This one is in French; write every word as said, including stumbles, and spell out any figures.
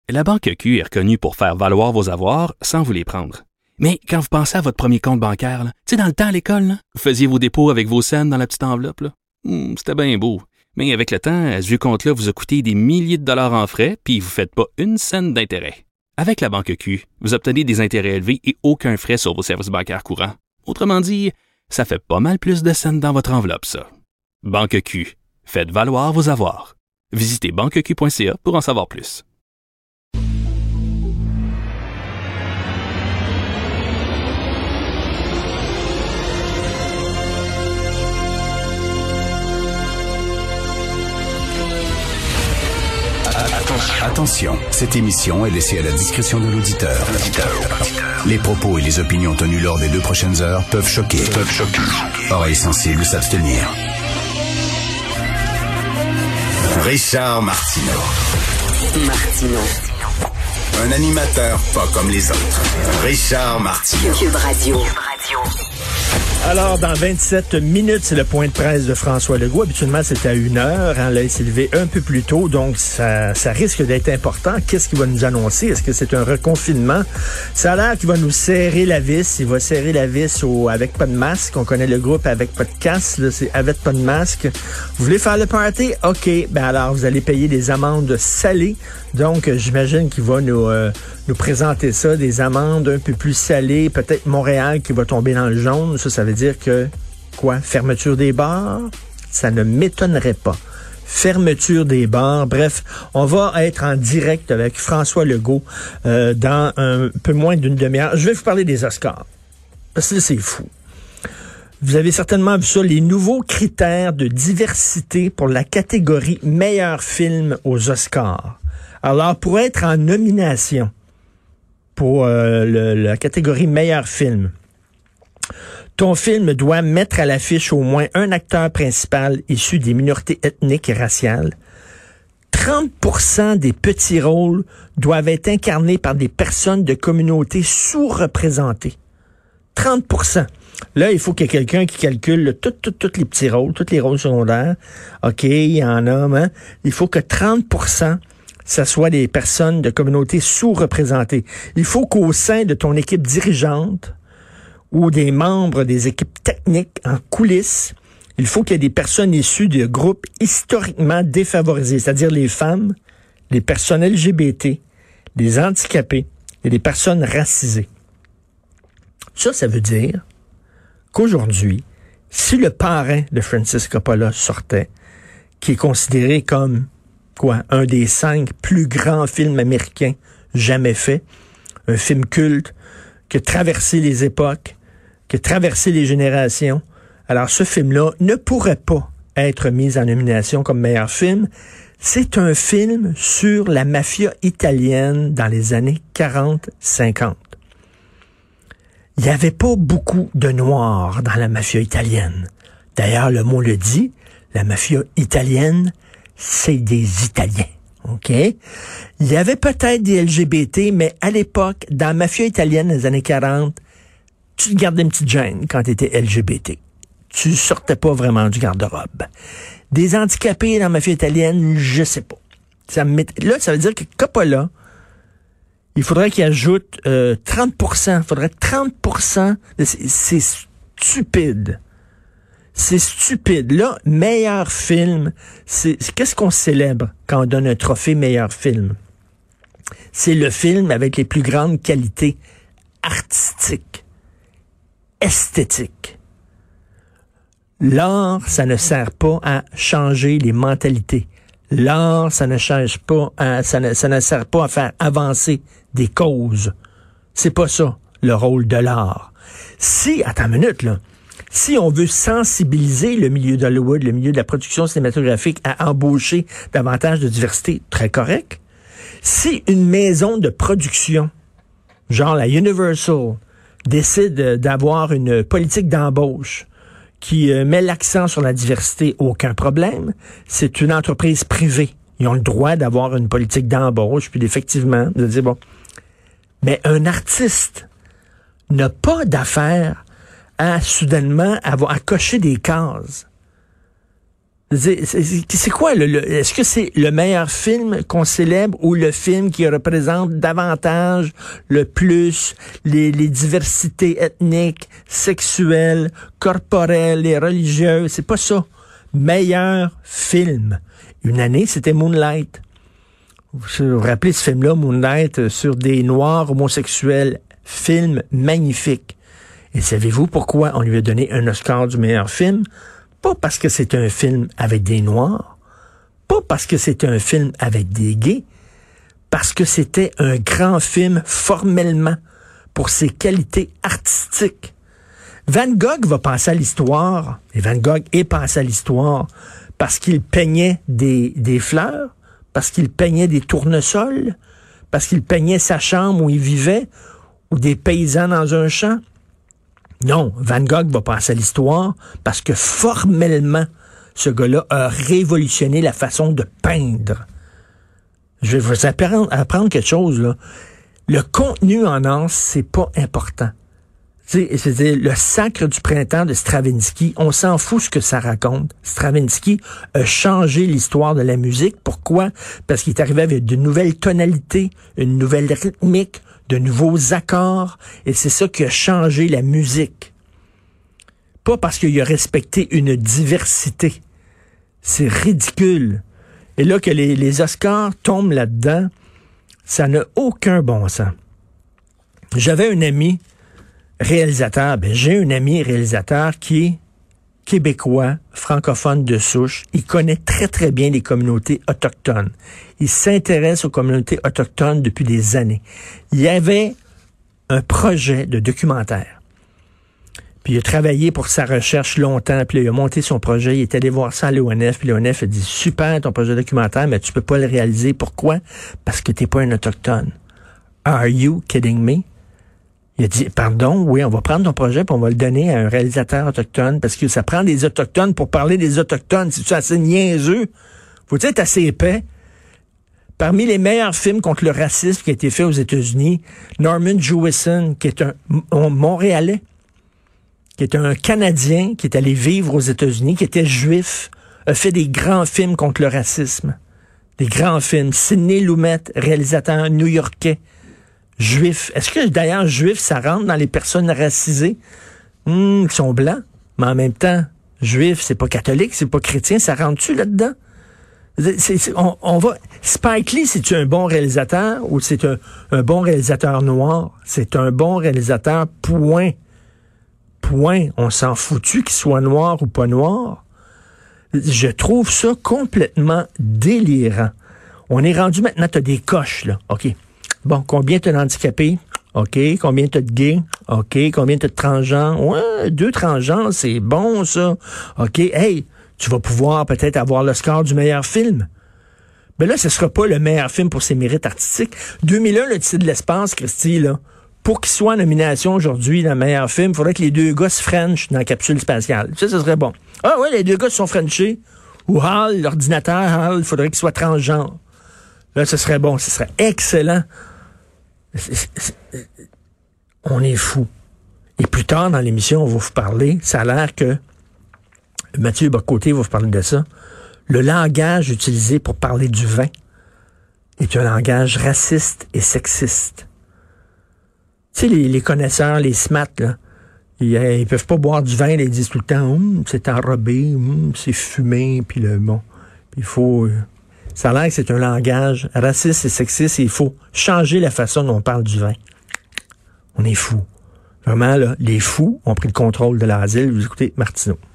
La Banque Q est reconnue pour faire valoir vos avoirs sans vous les prendre. Mais quand vous pensez à votre premier compte bancaire, tu sais, dans le temps à l'école, là, vous faisiez vos dépôts avec vos scènes dans la petite enveloppe. Là. Hum, c'était bien beau. Mais avec le temps, ce vieux compte-là vous a coûté des milliers de dollars en frais, puis vous ne faites pas une scène d'intérêt. Avec la Banque Q, vous obtenez des intérêts élevés et aucun frais sur vos services bancaires courants. Autrement dit, ça fait pas mal plus de scènes dans votre enveloppe, ça. Banque Q. Faites valoir vos avoirs. Visitez banque q point c a pour en savoir plus. Attention, cette émission est laissée à la discrétion de l'auditeur. Les propos et les opinions tenues lors des deux prochaines heures peuvent choquer. Peuvent choquer. Oreilles sensibles s'abstenir. Richard Martineau. Martineau. Un animateur pas comme les autres. Richard Martineau. Cube Radio. Alors, dans vingt-sept minutes, c'est le point de presse de François Legault. Habituellement, c'est à une heure. Hein. Là, il s'est levé un peu plus tôt, donc ça, ça risque d'être important. Qu'est-ce qu'il va nous annoncer? Est-ce que c'est un reconfinement? Ça a l'air qu'il va nous serrer la vis. Il va serrer la vis au avec pas de masque. On connaît le groupe avec pas de casque. Là, c'est avec pas de masque. Vous voulez faire le party? OK. Ben alors, vous allez payer des amendes salées. Donc, j'imagine qu'il va nous, euh, nous présenter ça, des amendes un peu plus salées. Peut-être Montréal qui va tomber dans le jaune. Ça, ça veut dire que, quoi, fermeture des bars? Ça ne m'étonnerait pas. Fermeture des bars. Bref, on va être en direct avec François Legault euh, dans un peu moins d'une demi-heure. Je vais vous parler des Oscars. Parce que là, c'est fou. Vous avez certainement vu ça, les nouveaux critères de diversité pour la catégorie meilleur film aux Oscars. Alors, pour être en nomination pour euh, le, la catégorie meilleur film, ton film doit mettre à l'affiche au moins un acteur principal issu des minorités ethniques et raciales. trente pour cent des petits rôles doivent être incarnés par des personnes de communautés sous-représentées. trente pour cent. Là, il faut qu'il y ait quelqu'un qui calcule tous tout, tout les petits rôles, tous les rôles secondaires. OK, il y en a, hein? Il faut que trente pour cent ça soit des personnes de communautés sous-représentées. Il faut qu'au sein de ton équipe dirigeante ou des membres des équipes techniques en coulisses, il faut qu'il y ait des personnes issues de groupes historiquement défavorisés, c'est-à-dire les femmes, les personnes L G B T, les handicapés et les personnes racisées. Ça, ça veut dire qu'aujourd'hui, si le parrain de Francis Coppola sortait, qui est considéré comme quoi, un des cinq plus grands films américains jamais faits, un film culte qui a traversé les époques, qui a traversé les générations. Alors, ce film-là ne pourrait pas être mis en nomination comme meilleur film. C'est un film sur la mafia italienne dans les années quarante cinquante. Il n'y avait pas beaucoup de noirs dans la mafia italienne. D'ailleurs, le mot le dit, la mafia italienne, c'est des Italiens, OK? Il y avait peut-être des L G B T, mais à l'époque, dans la mafia italienne des années quarante, tu gardais une petite gêne quand tu étais L G B T. Tu sortais pas vraiment du garde-robe. Des handicapés dans la mafia italienne, je sais pas. Ça me met... Là, ça veut dire que Coppola, il faudrait qu'il ajoute euh, trente pour cent. Il faudrait trente pour cent. De... C'est stupide. C'est stupide. Là, meilleur film, c'est qu'est-ce qu'on célèbre quand on donne un trophée meilleur film? C'est le film avec les plus grandes qualités artistiques, esthétiques. L'art, ça ne sert pas à changer les mentalités. L'art, ça ne change pas, à, ça, ne, ça ne sert pas à faire avancer des causes. C'est pas ça, le rôle de l'art. Si, attends une minute, là, si on veut sensibiliser le milieu d'Hollywood, le milieu de la production cinématographique à embaucher davantage de diversité, très correct. Si une maison de production, genre la Universal, décide d'avoir une politique d'embauche qui euh, met l'accent sur la diversité, aucun problème. C'est une entreprise privée. Ils ont le droit d'avoir une politique d'embauche, puis effectivement, de dire, bon, mais un artiste n'a pas d'affaire à soudainement avoir à cocher des cases. C'est, c'est, c'est quoi, le, le, est-ce que c'est le meilleur film qu'on célèbre ou le film qui représente davantage, le plus, les, les diversités ethniques, sexuelles, corporelles et religieuses? C'est pas ça. Meilleur film. Une année, c'était Moonlight. Vous vous rappelez ce film-là, Moonlight, sur des Noirs homosexuels. Film magnifique. Et savez-vous pourquoi on lui a donné un Oscar du meilleur film? Pas parce que c'est un film avec des Noirs, pas parce que c'est un film avec des gays, parce que c'était un grand film formellement pour ses qualités artistiques. Van Gogh va passer à l'histoire, et Van Gogh est passé à l'histoire parce qu'il peignait des, des fleurs, parce qu'il peignait des tournesols, parce qu'il peignait sa chambre où il vivait, ou des paysans dans un champ. Non, Van Gogh va passer à l'histoire parce que formellement, ce gars-là a révolutionné la façon de peindre. Je vais vous apprendre, apprendre quelque chose, là. Le contenu en anse, c'est pas important. C'est-à-dire, le Sacre du printemps de Stravinsky, on s'en fout ce que ça raconte. Stravinsky a changé l'histoire de la musique. Pourquoi? Parce qu'il est arrivé avec de nouvelles tonalités, une nouvelle rythmique, de nouveaux accords, et c'est ça qui a changé la musique. Pas parce qu'il a respecté une diversité. C'est ridicule. Et là, que les, les Oscars tombent là-dedans, ça n'a aucun bon sens. J'avais un ami réalisateur, ben j'ai un ami réalisateur qui est québécois, francophone de souche. Il connaît très, très bien les communautés autochtones. Il s'intéresse aux communautés autochtones depuis des années. Il y avait un projet de documentaire. Puis il a travaillé pour sa recherche longtemps, puis là, il a monté son projet, il est allé voir ça à l'O N F, puis l'O N F a dit « Super ton projet documentaire, mais tu peux pas le réaliser. Pourquoi? Parce que t'es pas un autochtone. » Are you kidding me? Il a dit, pardon, oui, on va prendre ton projet puis on va le donner à un réalisateur autochtone parce que ça prend des autochtones pour parler des autochtones. C'est-tu assez niaiseux? Faut-il être assez épais? Parmi les meilleurs films contre le racisme qui a été fait aux États-Unis, Norman Jewison, qui est un, un Montréalais, qui est un Canadien, qui est allé vivre aux États-Unis, qui était juif, a fait des grands films contre le racisme. Des grands films. Sidney Lumet, réalisateur new-yorkais, juif. Est-ce que, d'ailleurs, juif, ça rentre dans les personnes racisées hum, qui sont blancs, mais en même temps, juif, c'est pas catholique, c'est pas chrétien, ça rentre-tu là-dedans? C'est, c'est, on, on va... Spike Lee, c'est-tu un bon réalisateur ou c'est un, un bon réalisateur noir? C'est un bon réalisateur, point. Point. On s'en foutu qu'il soit noir ou pas noir. Je trouve ça complètement délirant. On est rendu maintenant, t'as des coches, là. OK. Bon, combien t'as d'handicapés? OK. Combien t'as de gays? OK. Combien t'as de transgenres? Ouais, deux transgenres, c'est bon, ça. OK. Hey, tu vas pouvoir peut-être avoir le score du meilleur film. Mais là, ce sera pas le meilleur film pour ses mérites artistiques. deux mille un, le titre de l'espace, Christy, là, pour qu'il soit en nomination aujourd'hui dans le meilleur film, il faudrait que les deux gars se frenchent dans la capsule spatiale. Ça, ce serait bon. Ah ouais, les deux gars se sont frenchés. Ou Hal, l'ordinateur, Hal, il faudrait qu'il soit transgenre. Là, ce serait bon. Ce serait excellent. C'est, c'est, c'est, on est fou. Et plus tard dans l'émission, on va vous parler. Ça a l'air que Mathieu Bocoté va vous parler de ça. Le langage utilisé pour parler du vin est un langage raciste et sexiste. Tu sais, les, les connaisseurs, les smats, là, ils, ils peuvent pas boire du vin, là, ils disent tout le temps, hum, c'est enrobé, hum, c'est fumé, puis le bon, puis il faut... Ça a l'air que c'est un langage raciste et sexiste et il faut changer la façon dont on parle du vin. On est fous. Vraiment, là, les fous ont pris le contrôle de l'asile. Vous écoutez Martineau.